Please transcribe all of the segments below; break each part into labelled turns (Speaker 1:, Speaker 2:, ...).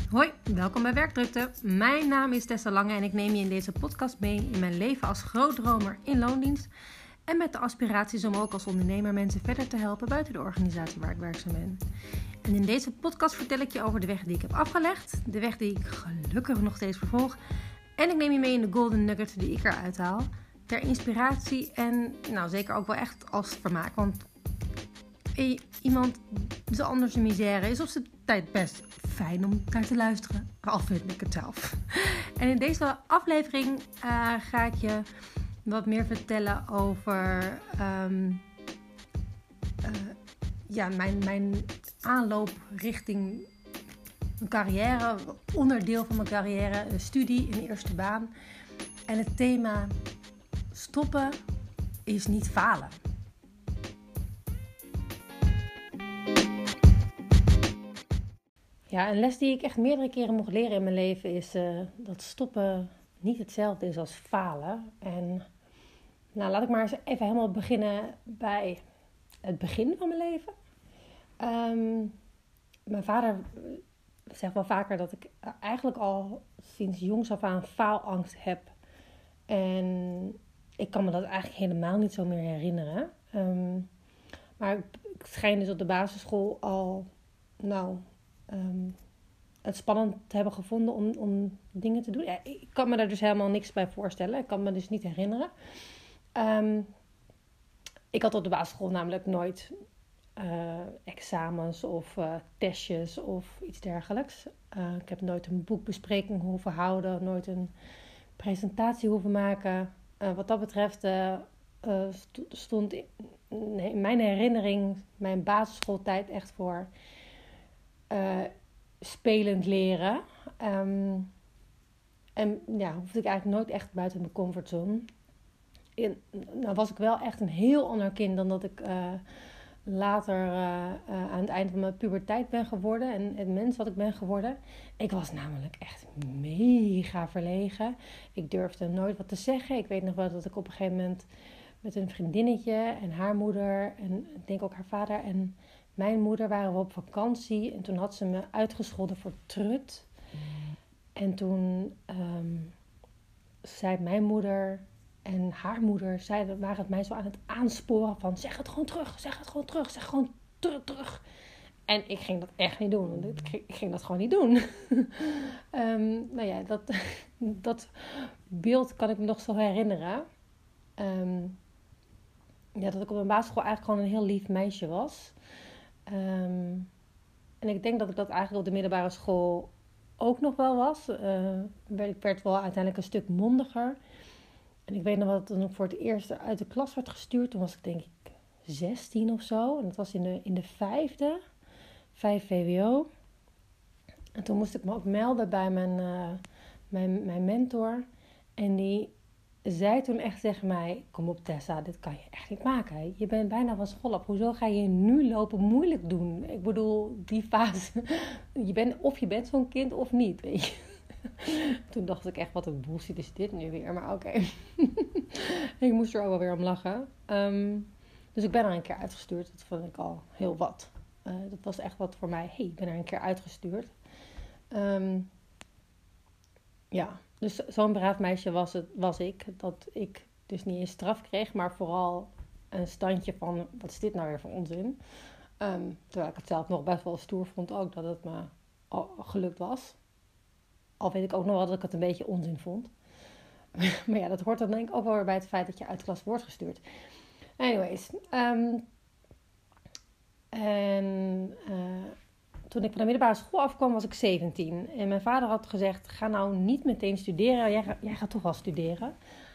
Speaker 1: Hoi, welkom bij Werkdrukte. Mijn naam is Tessa Lange en ik neem je in deze podcast mee in mijn leven als grootdromer in loondienst. En met de aspiraties om ook als ondernemer mensen verder te helpen buiten de organisatie waar ik werkzaam ben. En in deze podcast vertel ik je over de weg die ik heb afgelegd. De weg die ik gelukkig nog steeds vervolg. En ik neem je mee in de golden nuggets die ik eruit haal. Ter inspiratie en zeker ook wel echt als vermaak. Want iemand de anders een misère is op zijn tijd best fijn om naar te luisteren. Al vind ik het zelf. En in deze aflevering ga ik je wat meer vertellen over mijn aanloop richting een carrière, onderdeel van mijn carrière, een studie, een eerste baan. En het thema stoppen is niet falen. Ja, een les die ik echt meerdere keren mocht leren in mijn leven is dat stoppen niet hetzelfde is als falen. En laat ik maar eens even helemaal beginnen bij het begin van mijn leven. Mijn vader zegt wel vaker dat ik eigenlijk al sinds jongs af aan faalangst heb. En ik kan me dat eigenlijk helemaal niet zo meer herinneren. Maar ik schijn dus op de basisschool al het spannend te hebben gevonden om dingen te doen. Ja, ik kan me daar dus helemaal niks bij voorstellen. Ik kan me dus niet herinneren. Ik had op de basisschool namelijk nooit examens of testjes of iets dergelijks. Ik heb nooit een boekbespreking hoeven houden. Nooit een presentatie hoeven maken. Wat dat betreft stond in mijn herinnering mijn basisschooltijd echt voor spelend leren. En hoefde ik eigenlijk nooit echt buiten mijn comfortzone. Nou was ik wel echt een heel ander kind dan dat ik later aan het eind van mijn puberteit ben geworden. En het mens wat ik ben geworden. Ik was namelijk echt mega verlegen. Ik durfde nooit wat te zeggen. Ik weet nog wel dat ik op een gegeven moment met een vriendinnetje en haar moeder en ik denk ook haar vader en mijn moeder waren we op vakantie. En toen had ze me uitgescholden voor trut. En toen zei mijn moeder en haar moeder waren het mij zo aan het aansporen van zeg het gewoon terug, zeg gewoon terug. En ik ging dat echt niet doen, want ik ging dat gewoon niet doen. Dat beeld kan ik me nog zo herinneren. Dat ik op mijn basisschool eigenlijk gewoon een heel lief meisje was. En ik denk dat ik dat eigenlijk op de middelbare school ook nog wel was. Ik werd wel uiteindelijk een stuk mondiger. En ik weet nog wel dat toen ik voor het eerst uit de klas werd gestuurd. Toen was ik denk ik 16 of zo. En dat was in de 5 VWO. En toen moest ik me ook melden bij mijn mentor. En die zei toen echt tegen mij, kom op Tessa, dit kan je echt niet maken. Hè? Je bent bijna van school op. Hoezo ga je nu lopen moeilijk doen? Ik bedoel, die fase. Je bent zo'n kind of niet, weet je. Toen dacht ik echt, wat een bullshit is dit nu weer. Maar oké. Ik moest er ook wel weer om lachen. Dus ik ben er een keer uitgestuurd. Dat vond ik al heel wat. Dat was echt wat voor mij. Ik ben er een keer uitgestuurd. Dus zo'n braaf meisje was ik. Dat ik dus niet eens straf kreeg, maar vooral een standje van, wat is dit nou weer voor onzin? Terwijl ik het zelf nog best wel stoer vond ook dat het me gelukt was. Al weet ik ook nog wel dat ik het een beetje onzin vond. Maar ja, dat hoort dan denk ik ook wel weer bij het feit dat je uit de klas wordt gestuurd. Anyways. Toen ik van de middelbare school afkwam was ik 17. En mijn vader had gezegd, ga nou niet meteen studeren. Jij gaat toch wel studeren.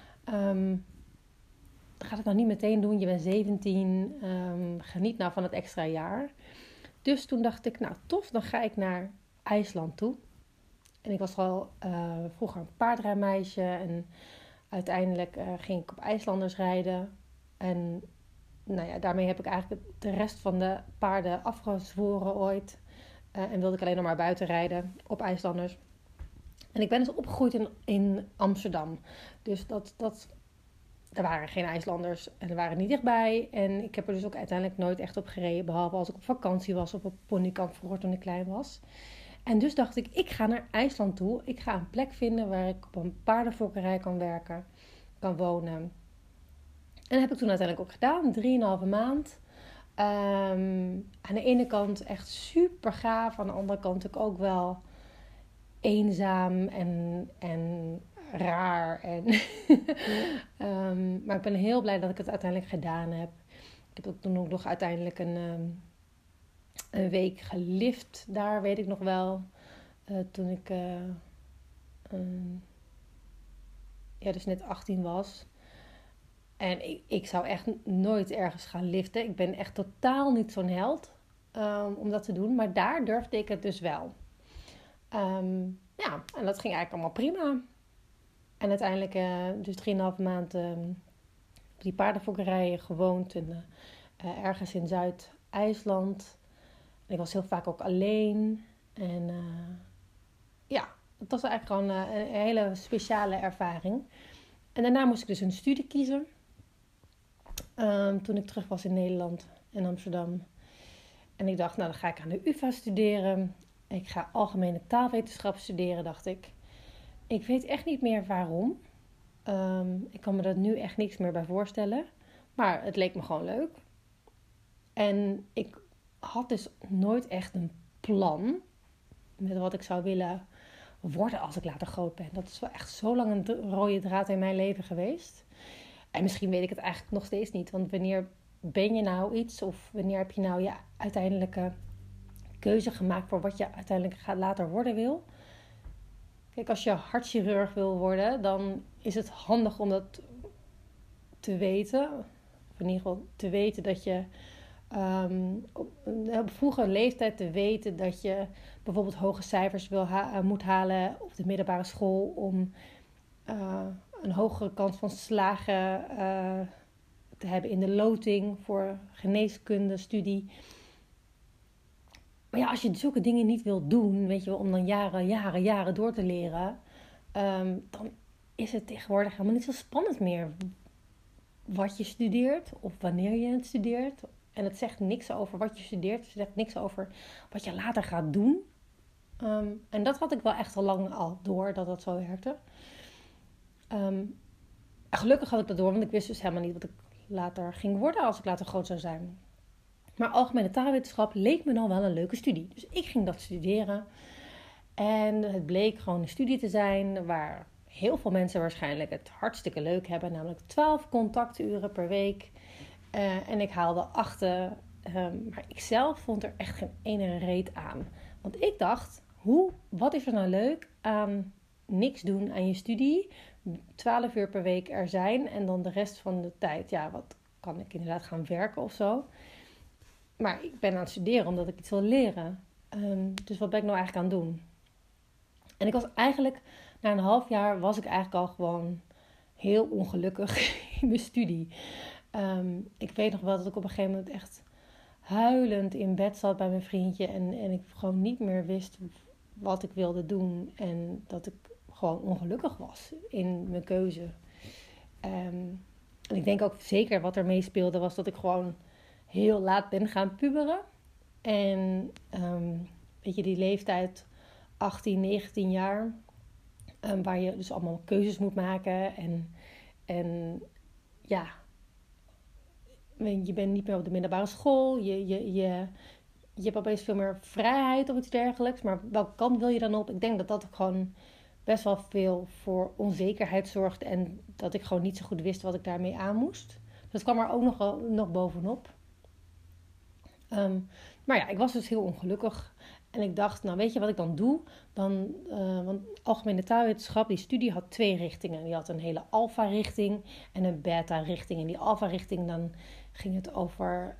Speaker 1: Ga het nou niet meteen doen. Je bent 17. Geniet nou van het extra jaar. Dus toen dacht ik, nou tof, dan ga ik naar IJsland toe. En ik was al vroeger een paardrijmeisje. En uiteindelijk ging ik op IJslanders rijden. En daarmee heb ik eigenlijk de rest van de paarden afgezworen ooit. En wilde ik alleen nog maar buiten rijden op IJslanders. En ik ben dus opgegroeid in Amsterdam. Dus er waren geen IJslanders en er waren niet dichtbij. En ik heb er dus ook uiteindelijk nooit echt op gereden. Behalve als ik op vakantie was of op ponykamp vroeger toen ik klein was. En dus dacht ik ga naar IJsland toe. Ik ga een plek vinden waar ik op een paardenfokkerij kan werken, kan wonen. En dat heb ik toen uiteindelijk ook gedaan, 3,5 maand. Aan de ene kant echt super gaaf, aan de andere kant natuurlijk ook wel eenzaam en raar. Maar ik ben heel blij dat ik het uiteindelijk gedaan heb. Ik heb ook toen ook nog uiteindelijk een week gelift daar, weet ik nog wel. Toen ik dus net 18 was. En ik zou echt nooit ergens gaan liften. Ik ben echt totaal niet zo'n held om dat te doen. Maar daar durfde ik het dus wel. Ja, en dat ging eigenlijk allemaal prima. En uiteindelijk dus 3,5 maand op die paardenfokkerijen gewoond. Ergens in Zuid-IJsland. En ik was heel vaak ook alleen. En het was eigenlijk gewoon een hele speciale ervaring. En daarna moest ik dus een studie kiezen. Toen ik terug was in Nederland, in Amsterdam. En ik dacht, nou dan ga ik aan de UvA studeren. Ik ga algemene taalwetenschap studeren, dacht ik. Ik weet echt niet meer waarom. Ik kan me er nu echt niks meer bij voorstellen. Maar het leek me gewoon leuk. En ik had dus nooit echt een plan met wat ik zou willen worden als ik later groot ben. Dat is wel echt zo lang een rode draad in mijn leven geweest. En misschien weet ik het eigenlijk nog steeds niet. Want wanneer ben je nou iets? Of wanneer heb je nou je uiteindelijke keuze gemaakt voor wat je uiteindelijk later worden wil? Kijk, als je hartchirurg wil worden, dan is het handig om dat te weten. Of in ieder geval te weten dat je op een vroege leeftijd te weten dat je bijvoorbeeld hoge cijfers moet halen op de middelbare school om een hogere kans van slagen te hebben in de loting voor geneeskunde studie. Maar ja, als je zulke dingen niet wilt doen, weet je wel, om dan jaren door te leren, dan is het tegenwoordig helemaal niet zo spannend meer wat je studeert of wanneer je het studeert. En het zegt niks over wat je studeert. Het zegt niks over wat je later gaat doen. En dat had ik wel echt al lang al door, dat zo werkte. Gelukkig had ik dat door, want ik wist dus helemaal niet wat ik later ging worden als ik later groot zou zijn. Maar algemene taalwetenschap leek me dan wel een leuke studie. Dus ik ging dat studeren. En het bleek gewoon een studie te zijn waar heel veel mensen waarschijnlijk het hartstikke leuk hebben. Namelijk 12 contacturen per week. En ik haalde 8. Maar ik zelf vond er echt geen ene reet aan. Want ik dacht, wat is er nou leuk aan niks doen aan je studie? 12 uur per week er zijn. En dan de rest van de tijd, ja, wat kan ik inderdaad gaan werken of zo. Maar ik ben aan het studeren omdat ik iets wil leren. Dus wat ben ik nou eigenlijk aan het doen? En ik was eigenlijk, na een half jaar was ik eigenlijk al gewoon heel ongelukkig in mijn studie. Ik weet nog wel dat ik op een gegeven moment echt huilend in bed zat bij mijn vriendje. En ik gewoon niet meer wist wat ik wilde doen. En dat ik gewoon ongelukkig was in mijn keuze. En ik denk ook zeker wat er meespeelde was dat ik gewoon heel laat ben gaan puberen. En weet je, die leeftijd 18, 19 jaar. Waar je dus allemaal keuzes moet maken. En ja, je bent niet meer op de middelbare school. Je hebt opeens veel meer vrijheid of iets dergelijks. Maar welke kant wil je dan op? Ik denk dat dat gewoon best wel veel voor onzekerheid zorgde. En dat ik gewoon niet zo goed wist wat ik daarmee aan moest. Dat kwam er ook nog bovenop. Maar ja, ik was dus heel ongelukkig. En ik dacht, nou weet je wat ik dan doe? Want algemene taalwetenschap, die studie had 2 richtingen. Die had een hele alpha-richting en een beta-richting. En die alpha-richting, dan ging het over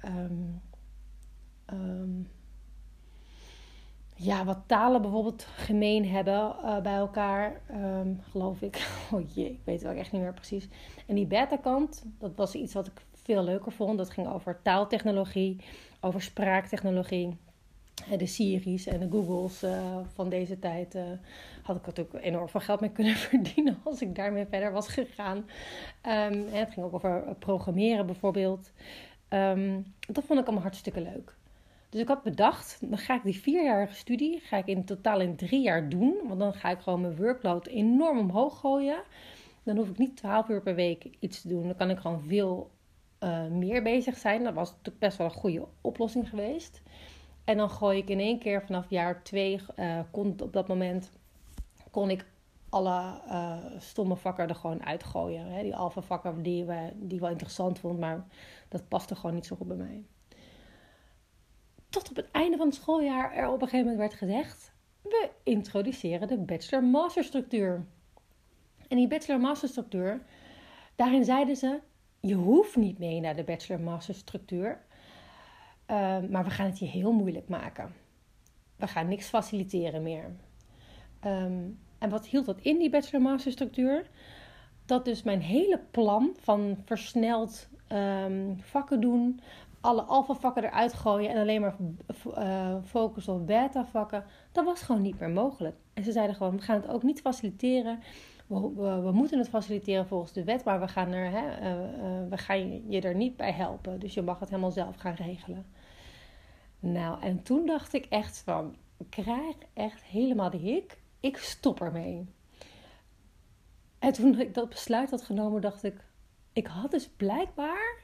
Speaker 1: wat talen bijvoorbeeld gemeen hebben bij elkaar. Geloof ik. Oh jee, ik weet het ook echt niet meer precies. En die beta-kant, dat was iets wat ik veel leuker vond. Dat ging over taaltechnologie, over spraaktechnologie. De Siri's en de Googles van deze tijd had ik natuurlijk enorm veel geld mee kunnen verdienen als ik daarmee verder was gegaan. Het ging ook over programmeren bijvoorbeeld. Dat vond ik allemaal hartstikke leuk. Dus ik had bedacht, dan ga ik die 4-jarige studie, ga ik in totaal in 3 jaar doen. Want dan ga ik gewoon mijn workload enorm omhoog gooien. Dan hoef ik niet 12 uur per week iets te doen. Dan kan ik gewoon veel meer bezig zijn. Dat was natuurlijk best wel een goede oplossing geweest. En dan gooi ik in één keer vanaf jaar 2, op dat moment kon ik alle stomme vakken er gewoon uitgooien. Hè? Die alfa vakken die ik wel interessant vond, maar dat paste gewoon niet zo goed bij mij. Tot op het einde van het schooljaar er op een gegeven moment werd gezegd, we introduceren de bachelor-master structuur. En die bachelor-master structuur, daarin zeiden ze, je hoeft niet mee naar de bachelor-master structuur, maar we gaan het je heel moeilijk maken. We gaan niks faciliteren meer. En wat hield dat in, die bachelor-master structuur? Dat dus mijn hele plan van versneld vakken doen, alle alpha vakken eruit gooien en alleen maar focussen op beta vakken, dat was gewoon niet meer mogelijk. En ze zeiden gewoon, we gaan het ook niet faciliteren. We moeten het faciliteren volgens de wet, maar we gaan je er niet bij helpen. Dus je mag het helemaal zelf gaan regelen. Nou, en toen dacht ik echt van, ik krijg echt helemaal de hik. Ik stop ermee. En toen ik dat besluit had genomen, dacht ik, ik had dus blijkbaar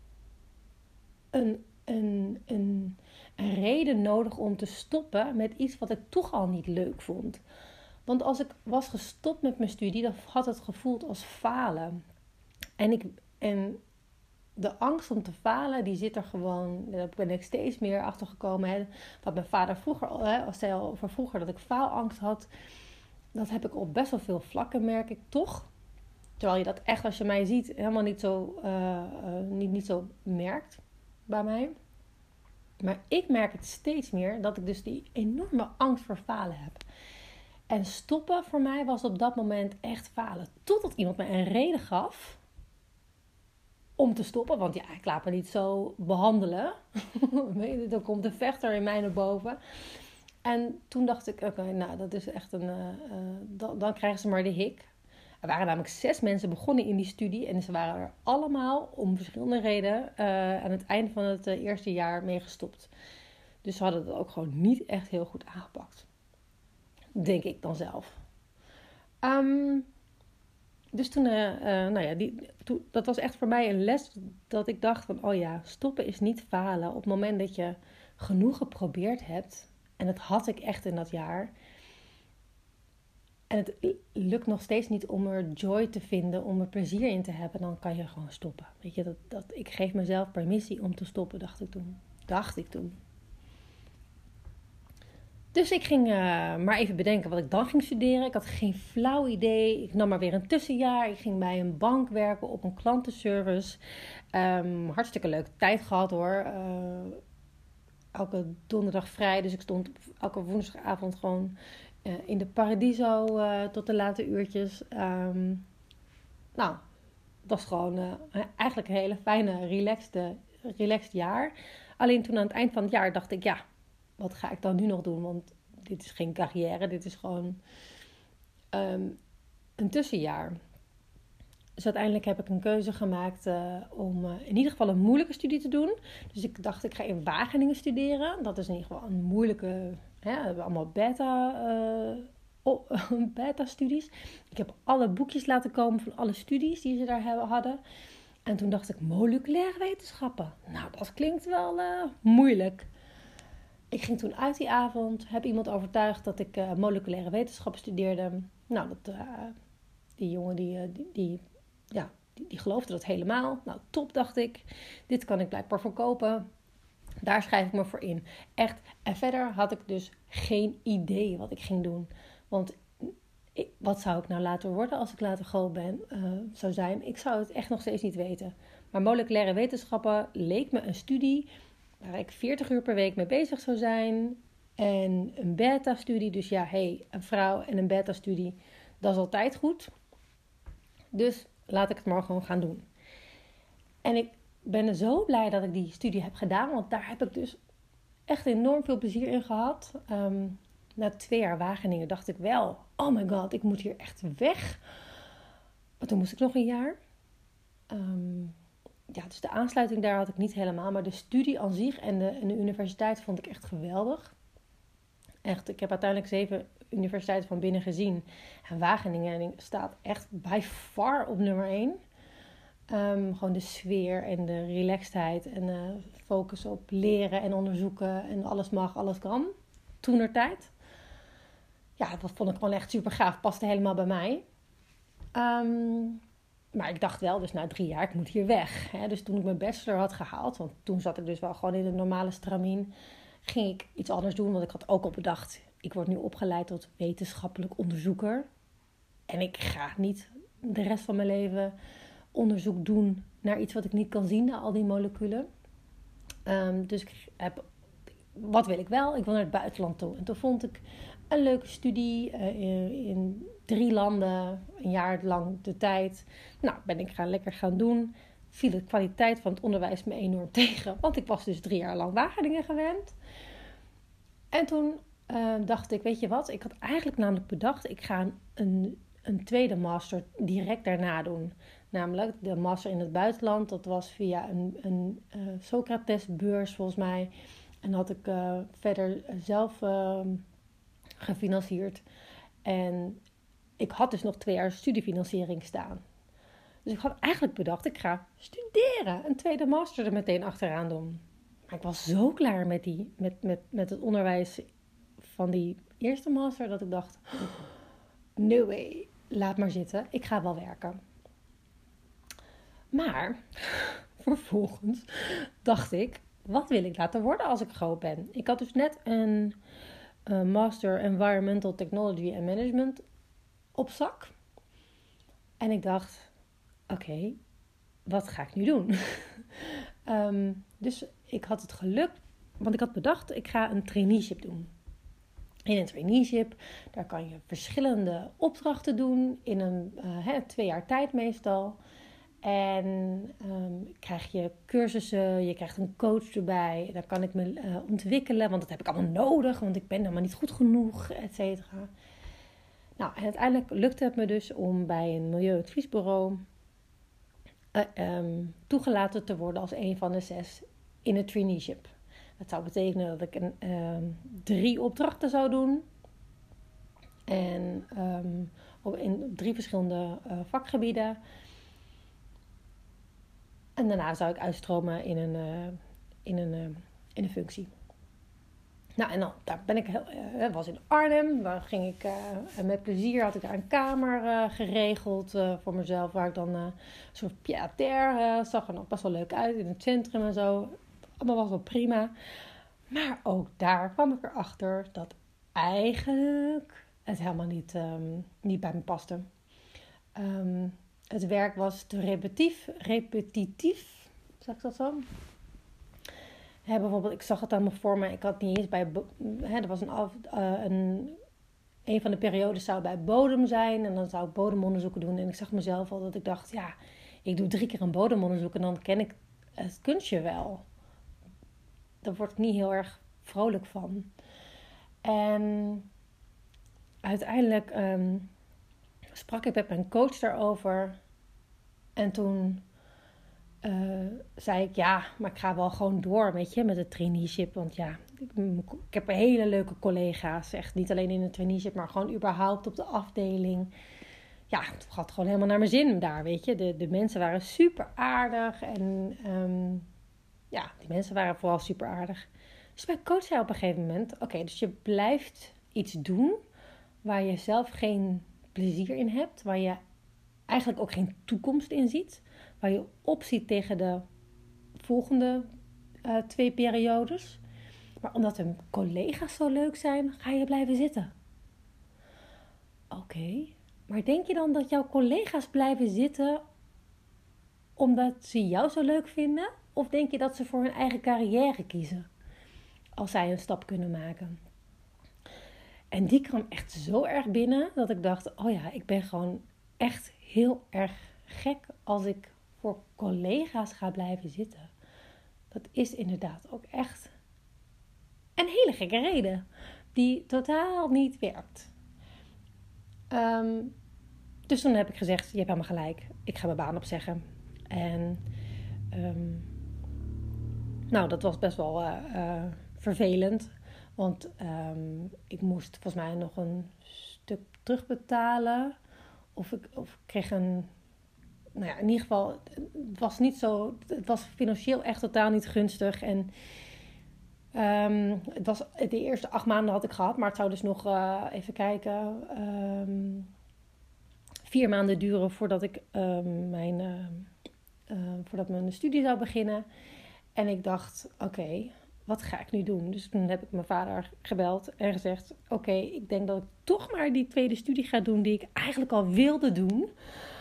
Speaker 1: een reden nodig om te stoppen met iets wat ik toch al niet leuk vond. Want als ik was gestopt met mijn studie, dan had het gevoeld als falen. En de angst om te falen, die zit er gewoon, daar ben ik steeds meer achter gekomen. Hè. Wat mijn vader zei al over vroeger, dat ik faalangst had. Dat heb ik op best wel veel vlakken, merk ik toch. Terwijl je dat echt, als je mij ziet, helemaal niet zo merkt bij mij. Maar ik merk het steeds meer, dat ik dus die enorme angst voor falen heb. En stoppen voor mij was op dat moment echt falen. Totdat iemand mij een reden gaf om te stoppen. Want ja, ik laat me niet zo behandelen. Dan komt de vechter in mij naar boven. En toen dacht ik, oké, nou dat is echt dan krijgen ze maar de hik. Er waren namelijk 6 mensen begonnen in die studie. En ze waren er allemaal om verschillende redenen aan het einde van het eerste jaar mee gestopt. Dus ze hadden het ook gewoon niet echt heel goed aangepakt. Denk ik dan zelf. Dus toen, dat was echt voor mij een les dat ik dacht van, oh ja, stoppen is niet falen. Op het moment dat je genoeg geprobeerd hebt, en dat had ik echt in dat jaar, en het lukt nog steeds niet om er joy te vinden, om er plezier in te hebben, dan kan je gewoon stoppen. Weet je, ik geef mezelf permissie om te stoppen, dacht ik toen. Dus ik ging maar even bedenken wat ik dan ging studeren. Ik had geen flauw idee. Ik nam maar weer een tussenjaar. Ik ging bij een bank werken op een klantenservice. Hartstikke leuke tijd gehad hoor. Elke donderdag vrij. Dus ik stond elke woensdagavond gewoon in de Paradiso tot de late uurtjes. Nou, het was gewoon eigenlijk een hele fijne, relaxed jaar. Alleen toen aan het eind van het jaar dacht ik, ja, wat ga ik dan nu nog doen? Want dit is geen carrière, dit is gewoon een tussenjaar. Dus uiteindelijk heb ik een keuze gemaakt om in ieder geval een moeilijke studie te doen. Dus ik dacht, ik ga in Wageningen studeren. Dat is in ieder geval een moeilijke, we hebben allemaal beta-studies. Ik heb alle boekjes laten komen van alle studies die ze daar hadden. En toen dacht ik, moleculaire wetenschappen. Nou, dat klinkt wel moeilijk. Ik ging toen uit die avond, heb iemand overtuigd dat ik moleculaire wetenschappen studeerde. Nou, die jongen die geloofde dat helemaal. Nou, top, dacht ik. Dit kan ik blijkbaar verkopen. Daar schrijf ik me voor in. Echt. En verder had ik dus geen idee wat ik ging doen. Want wat zou ik nou later worden als ik later groot zou zijn? Ik zou het echt nog steeds niet weten. Maar moleculaire wetenschappen leek me een studie waar ik 40 uur per week mee bezig zou zijn. En een beta-studie. Dus ja, een vrouw en een beta-studie, dat is altijd goed. Dus laat ik het maar gewoon gaan doen. En ik ben zo blij dat ik die studie heb gedaan. Want daar heb ik dus echt enorm veel plezier in gehad. Na 2 jaar Wageningen dacht ik wel, oh my god, ik moet hier echt weg. Maar toen moest ik nog een jaar. dus de aansluiting daar had ik niet helemaal. Maar de studie aan zich en de universiteit vond ik echt geweldig. Echt, ik heb uiteindelijk 7 universiteiten van binnen gezien. En Wageningen staat echt by far op nummer 1. Gewoon de sfeer en de relaxedheid en focus op leren en onderzoeken en alles mag, alles kan. Toenertijd. Ja, dat vond ik gewoon echt super gaaf. Paste helemaal bij mij. Maar ik dacht wel, dus na 3 jaar, ik moet hier weg. Hè? Dus toen ik mijn bachelor had gehaald, want toen zat ik dus wel gewoon in de normale stramien, ging ik iets anders doen. Want ik had ook al bedacht, ik word nu opgeleid tot wetenschappelijk onderzoeker. En ik ga niet de rest van mijn leven onderzoek doen naar iets wat ik niet kan zien, naar al die moleculen. Dus wat wil ik wel? Ik wil naar het buitenland toe. En toen vond ik een leuke studie in 3 landen, een jaar lang de tijd. Nou, ben ik lekker gaan doen. Viel de kwaliteit van het onderwijs me enorm tegen, want ik was dus 3 jaar lang Wageningen gewend. En toen dacht ik, weet je wat? Ik had eigenlijk namelijk bedacht, ik ga een tweede master direct daarna doen. Namelijk de master in het buitenland. Dat was via een Socrates-beurs volgens mij. En dat had ik verder zelf gefinancierd. En ik had dus nog 2 jaar studiefinanciering staan. Dus ik had eigenlijk bedacht, ik ga studeren. Een tweede master er meteen achteraan doen. Maar ik was zo klaar met het onderwijs van die eerste master, dat ik dacht, no way, laat maar zitten. Ik ga wel werken. Maar vervolgens dacht ik, wat wil ik laten worden als ik groot ben? Ik had dus net een Master Environmental Technology and Management op zak. En ik dacht, oké, wat ga ik nu doen? Dus ik had het geluk, want ik had bedacht, ik ga een traineeship doen. In een traineeship, daar kan je verschillende opdrachten doen in een 2 jaar tijd meestal. En krijg je cursussen, je krijgt een coach erbij. Daar kan ik me ontwikkelen, want dat heb ik allemaal nodig, want ik ben helemaal niet goed genoeg, et cetera. Nou, en uiteindelijk lukte het me dus om bij een milieuadviesbureau toegelaten te worden als een van de 6 in het traineeship. Dat zou betekenen dat ik 3 opdrachten zou doen. En in 3 verschillende vakgebieden. En daarna zou ik uitstromen in een functie. Nou, en dan daar ben ik was in Arnhem. Daar ging ik met plezier, had ik daar een kamer geregeld voor mezelf. Waar ik dan een soort pied-à-terre zag er nog best wel leuk uit in het centrum en zo. Allemaal was wel prima. Maar ook daar kwam ik erachter dat eigenlijk het helemaal niet bij me paste. Het werk was te repetitief, zeg ik dat zo? Bijvoorbeeld, ik zag het allemaal voor me. Ik had niet eens bij... er was een van de periodes zou bij bodem zijn. En dan zou ik bodemonderzoeken doen. En ik zag mezelf al dat ik dacht, ja, ik doe 3 keer een bodemonderzoek en dan ken ik het kunstje wel. Daar word ik niet heel erg vrolijk van. En uiteindelijk sprak ik met mijn coach daarover. En toen zei ik, ja, maar ik ga wel gewoon door, weet je, met het traineeship. Want ja, ik heb hele leuke collega's. Echt niet alleen in het traineeship, maar gewoon überhaupt op de afdeling. Ja, het had gewoon helemaal naar mijn zin daar, weet je. De mensen waren super aardig. En die mensen waren vooral super aardig. Dus mijn coach zei op een gegeven moment, oké, dus je blijft iets doen waar je zelf geen plezier in hebt. Waar je eigenlijk ook geen toekomst in ziet. Waar je opziet tegen de volgende 2 periodes. Maar omdat de collega's zo leuk zijn, ga je blijven zitten. Oké, maar denk je dan dat jouw collega's blijven zitten omdat ze jou zo leuk vinden? Of denk je dat ze voor hun eigen carrière kiezen? Als zij een stap kunnen maken. En die kwam echt zo erg binnen dat ik dacht, oh ja, ik ben gewoon echt heel erg gek als ik voor collega's ga blijven zitten. Dat is inderdaad ook echt een hele gekke reden. Die totaal niet werkt. Dus toen heb ik gezegd, je hebt helemaal gelijk. Ik ga mijn baan opzeggen. En Nou, dat was best wel vervelend. Want ik moest volgens mij nog een stuk terugbetalen. Of ik kreeg een... Nou ja, in ieder geval, het was niet zo... Het was financieel echt totaal niet gunstig. En het was de eerste 8 maanden had ik gehad. Maar het zou dus nog, even kijken... 4 maanden duren voordat ik voordat mijn studie zou beginnen. En ik dacht, oké, wat ga ik nu doen? Dus toen heb ik mijn vader gebeld en gezegd... Oké, ik denk dat ik toch maar die tweede studie ga doen die ik eigenlijk al wilde doen.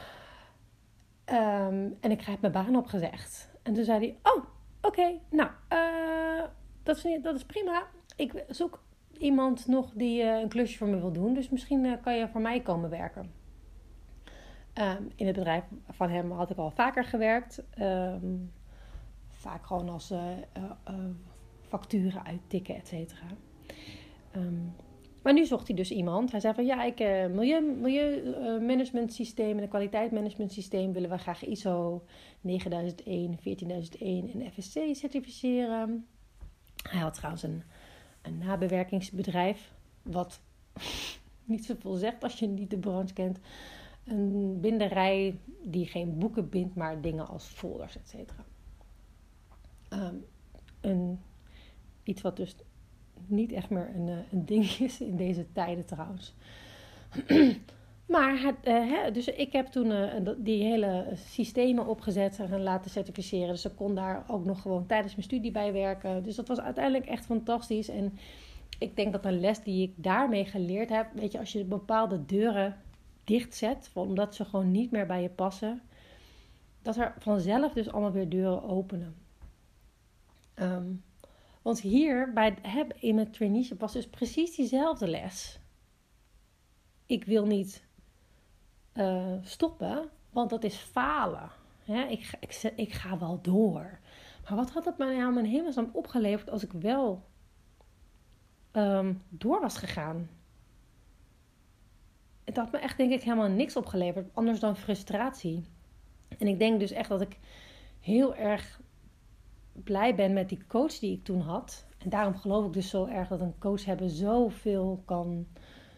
Speaker 1: En ik heb mijn baan opgezegd. En toen zei hij, oh, oké, nou, dat is prima. Ik zoek iemand nog die een klusje voor me wil doen. Dus misschien kan je voor mij komen werken. In het bedrijf van hem had ik al vaker gewerkt. Vaak gewoon als facturen uittikken, et cetera. Maar nu zocht hij dus iemand. Hij zei van ja, ik milieumanagement systeem en een kwaliteitsmanagement systeem willen we graag ISO 9001, 14001 en FSC certificeren. Hij had trouwens een nabewerkingsbedrijf, wat niet zoveel zegt als je niet de branche kent. Een binderij die geen boeken bindt, maar dingen als folders, et cetera. Iets wat dus niet echt meer een ding is in deze tijden trouwens. Maar dus ik heb toen die hele systemen opgezet en laten certificeren. Dus ik kon daar ook nog gewoon tijdens mijn studie bij werken. Dus dat was uiteindelijk echt fantastisch. En ik denk dat een les die ik daarmee geleerd heb... Weet je, als je bepaalde deuren dichtzet, omdat ze gewoon niet meer bij je passen... dat er vanzelf dus allemaal weer deuren openen. Want hier in mijn traineeship was dus precies diezelfde les. Ik wil niet stoppen, want dat is falen. Ik ga wel door. Maar wat had het mij nou mijn hemelsnaam opgeleverd als ik wel door was gegaan? Het had me echt denk ik helemaal niks opgeleverd, anders dan frustratie. En ik denk dus echt dat ik heel erg blij ben met die coach die ik toen had. En daarom geloof ik dus zo erg dat een coach hebben zoveel kan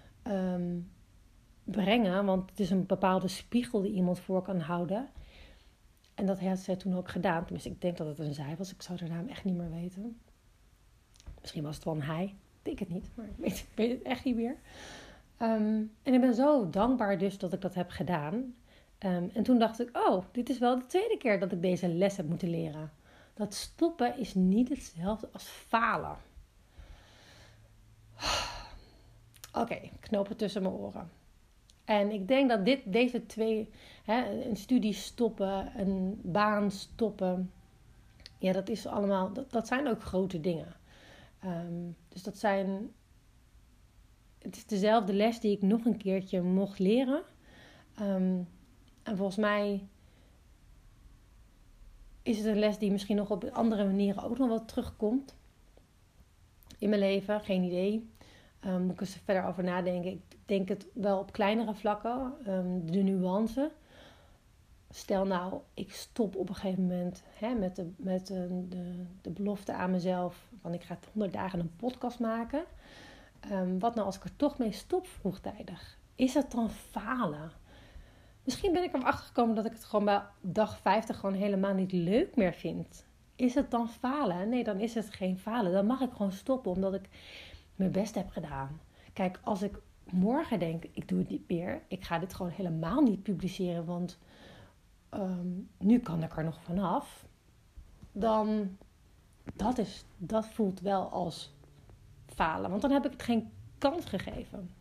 Speaker 1: brengen. Want het is een bepaalde spiegel die iemand voor kan houden. En dat heeft zij toen ook gedaan. Tenminste, ik denk dat het een zij was. Ik zou de naam echt niet meer weten. Misschien was het wel een hij. Ik denk het niet, maar ik weet het echt niet meer. En ik ben zo dankbaar dus dat ik dat heb gedaan. En toen dacht ik, oh, dit is wel de tweede keer dat ik deze les heb moeten leren. Dat stoppen is niet hetzelfde als falen. Oké, knopen tussen mijn oren. En ik denk dat deze twee, een studie stoppen, een baan stoppen, ja, dat is allemaal, dat zijn ook grote dingen. Dus het is dezelfde les die ik nog een keertje mocht leren. En volgens mij is het een les die misschien nog op andere manieren ook nog wel terugkomt in mijn leven. Geen idee. Moet ik eens verder over nadenken. Ik denk het wel op kleinere vlakken. De nuance. Stel nou, ik stop op een gegeven moment met de belofte aan mezelf. Van ik ga 100 dagen een podcast maken. Wat nou als ik er toch mee stop vroegtijdig? Is dat dan falen? Misschien ben ik erachter gekomen dat ik het gewoon bij dag 50 gewoon helemaal niet leuk meer vind. Is het dan falen? Nee, dan is het geen falen. Dan mag ik gewoon stoppen omdat ik mijn best heb gedaan. Kijk, als ik morgen denk, ik doe het niet meer. Ik ga dit gewoon helemaal niet publiceren, want nu kan ik er nog vanaf. Dan, dat voelt wel als falen. Want dan heb ik het geen kans gegeven.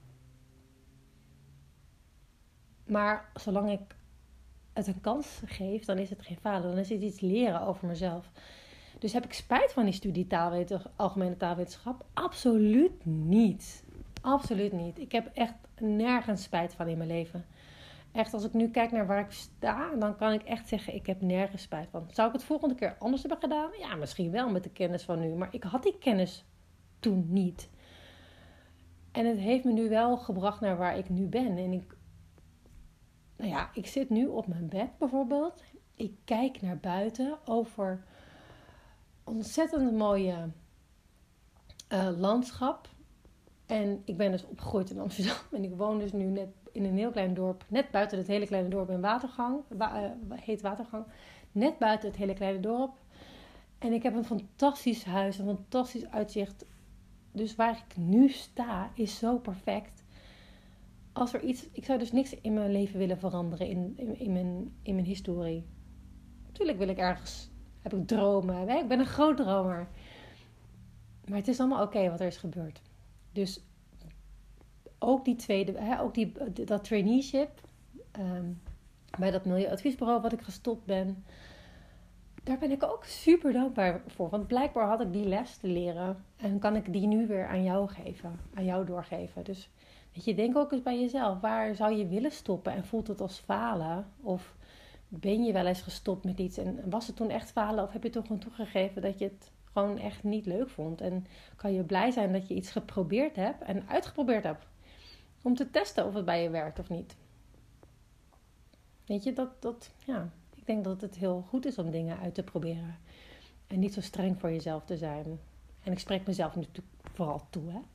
Speaker 1: Maar zolang ik het een kans geef, dan is het geen falen. Dan is het iets leren over mezelf. Dus heb ik spijt van die studie algemene taalwetenschap? Absoluut niet. Absoluut niet. Ik heb echt nergens spijt van in mijn leven. Echt, als ik nu kijk naar waar ik sta, dan kan ik echt zeggen, ik heb nergens spijt van. Zou ik het volgende keer anders hebben gedaan? Ja, misschien wel met de kennis van nu. Maar ik had die kennis toen niet. En het heeft me nu wel gebracht naar waar ik nu ben. En ik zit nu op mijn bed bijvoorbeeld. ik kijk naar buiten over ontzettend mooie landschap. En ik ben dus opgegroeid in Amsterdam. En ik woon dus nu net in een heel klein dorp. Net buiten het hele kleine dorp in Watergang. Heet Watergang. Net buiten het hele kleine dorp. En ik heb een fantastisch huis. Een fantastisch uitzicht. Dus waar ik nu sta is zo perfect. Als er iets... Ik zou dus niks in mijn leven willen veranderen. In mijn historie. Natuurlijk wil ik ergens... Heb ik dromen. Ik ben een groot dromer. Maar het is allemaal oké wat er is gebeurd. Dus ook die tweede, dat traineeship bij dat milieuadviesbureau wat ik gestopt ben, daar ben ik ook super dankbaar voor. Want blijkbaar had ik die les te leren en kan ik die nu weer aan jou geven, aan jou doorgeven. Dus weet je, denk ook eens bij jezelf, waar zou je willen stoppen en voelt het als falen? Of ben je wel eens gestopt met iets en was het toen echt falen of heb je toch gewoon toegegeven dat je het gewoon echt niet leuk vond. En kan je blij zijn dat je iets geprobeerd hebt en uitgeprobeerd hebt. Om te testen of het bij je werkt of niet. Weet je, ik denk dat het heel goed is om dingen uit te proberen. En niet zo streng voor jezelf te zijn. En ik spreek mezelf natuurlijk vooral toe, hè.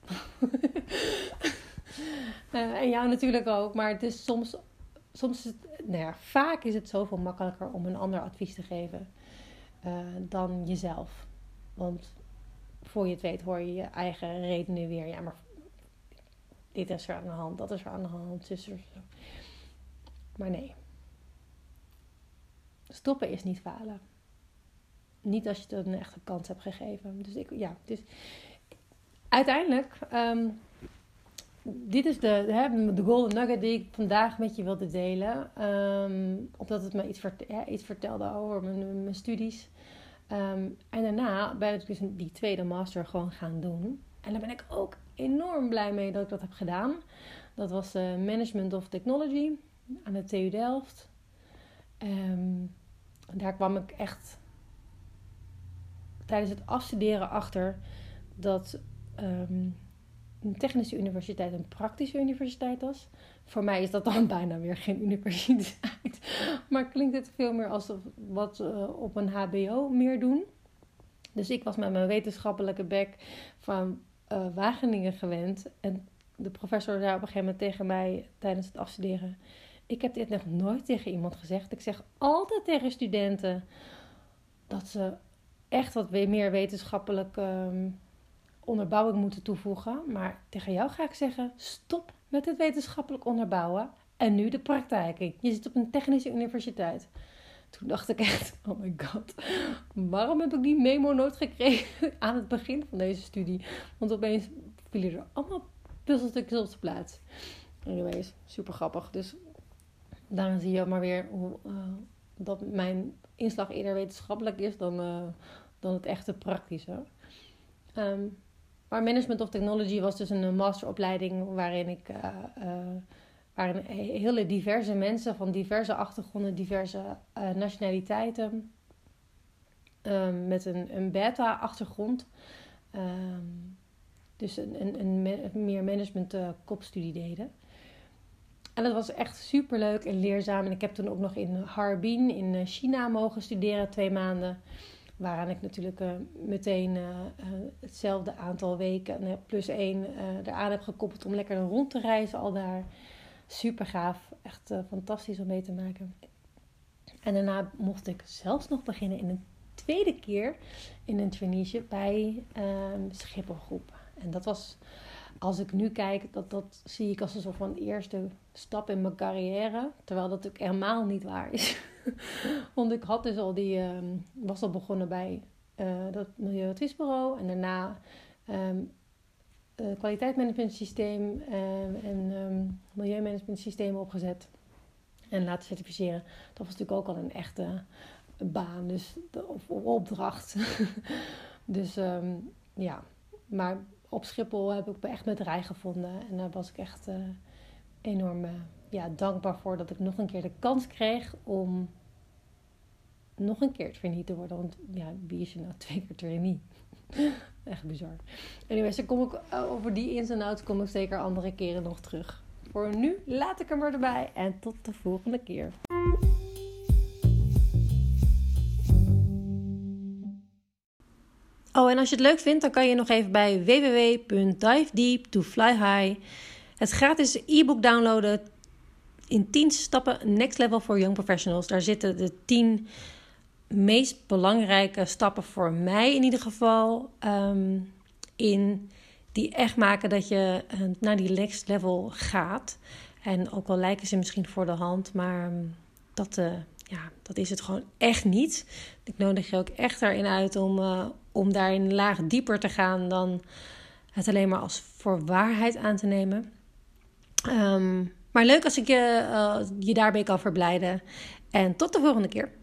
Speaker 1: En jou natuurlijk ook. Maar het is soms is het, vaak is het zoveel makkelijker om een ander advies te geven dan jezelf. Want voor je het weet hoor je je eigen redenen weer. Ja, maar dit is er aan de hand, dat is er aan de hand. Dus er zo. Maar nee. Stoppen is niet falen. Niet als je het een echte kans hebt gegeven. Dus uiteindelijk, dit is de golden nugget die ik vandaag met je wilde delen. Omdat het me iets vertelde over mijn studies. En daarna ben ik dus die tweede master gewoon gaan doen. En daar ben ik ook enorm blij mee dat ik dat heb gedaan. Dat was Management of Technology aan de TU Delft. Daar kwam ik echt tijdens het afstuderen achter dat een technische universiteit een praktische universiteit was. Voor mij is dat dan bijna weer geen universiteit. Maar klinkt het veel meer als wat op een HBO meer doen. Dus ik was met mijn wetenschappelijke bek van Wageningen gewend. En de professor zei op een gegeven moment tegen mij tijdens het afstuderen: ik heb dit nog nooit tegen iemand gezegd. Ik zeg altijd tegen studenten dat ze echt wat meer wetenschappelijke onderbouwing moeten toevoegen. Maar tegen jou ga ik zeggen: stop met het wetenschappelijk onderbouwen. En nu de praktijk. Je zit op een technische universiteit. Toen dacht ik echt, oh my god, waarom heb ik die memo nooit gekregen aan het begin van deze studie? Want opeens vielen er allemaal puzzelstukjes op de plaats. Anyways, super grappig. Dus daarin zie je maar weer dat mijn inslag eerder wetenschappelijk is dan het echte praktische. Maar Management of Technology was dus een masteropleiding waarin hele diverse mensen van diverse achtergronden, diverse nationaliteiten, met een beta-achtergrond, dus een meer management kopstudie deden. En dat was echt superleuk en leerzaam. En ik heb toen ook nog in Harbin in China mogen studeren 2 maanden. Waaraan ik natuurlijk meteen hetzelfde aantal weken plus 1 eraan heb gekoppeld om lekker rond te reizen al daar. Super gaaf. Echt fantastisch om mee te maken. En daarna mocht ik zelfs nog beginnen in een tweede keer in een traineeship bij Schiphol Groep. En dat was, als ik nu kijk, dat zie ik als een soort van eerste stap in mijn carrière. Terwijl dat natuurlijk helemaal niet waar is. Want ik had dus was al begonnen bij dat milieuadviesbureau. En daarna kwaliteitsmanagementsysteem en milieumanagementsysteem opgezet. En laten certificeren. Dat was natuurlijk ook al een echte baan. Dus, of opdracht. Dus ja. Maar op Schiphol heb ik me echt met rij gevonden. En daar was ik echt enorm dankbaar voor dat ik nog een keer de kans kreeg om nog een keer trainee te worden. Want ja, wie is je nou 2 keer trainee? Echt bizar. Anyways, dan kom ik over die ins en outs kom ik zeker andere keren nog terug. Voor nu laat ik hem erbij en tot de volgende keer. en als je het leuk vindt, dan kan je nog even bij www.divedeep2flyhigh het gratis e-book downloaden in 10 stappen Next Level for Young Professionals. Daar zitten de 10 meest belangrijke stappen voor mij in ieder geval in, die echt maken dat je naar die next level gaat. En ook al lijken ze misschien voor de hand, maar dat is het gewoon echt niet. Ik nodig je ook echt daarin uit om daar een laag dieper te gaan dan het alleen maar als voor waarheid aan te nemen. Maar leuk als ik je daarbij kan verblijden. En tot de volgende keer.